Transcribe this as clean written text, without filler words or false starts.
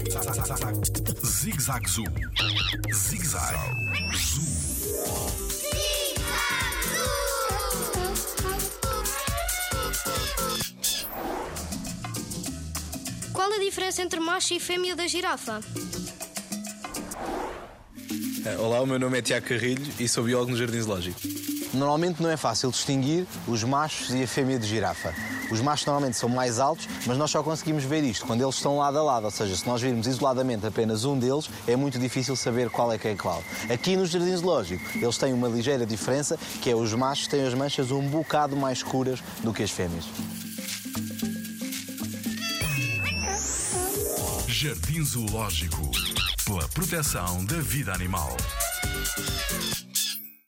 Zig-Zag Zoo. Zig-Zag Zoo. Qual a diferença entre macho e fêmea da girafa? Olá, o meu nome é Tiago Carrilho e sou biólogo no Jardim Zoológico. Normalmente não é fácil distinguir os machos e a fêmea de girafa. Os machos normalmente são mais altos, mas nós só conseguimos ver isto quando eles estão lado a lado. Ou seja, se nós virmos isoladamente apenas um deles, é muito difícil saber qual é que é qual. Aqui no Jardim Zoológico, eles têm uma ligeira diferença, que é os machos têm as manchas um bocado mais escuras do que as fêmeas. Jardim Zoológico. Pela proteção da vida animal.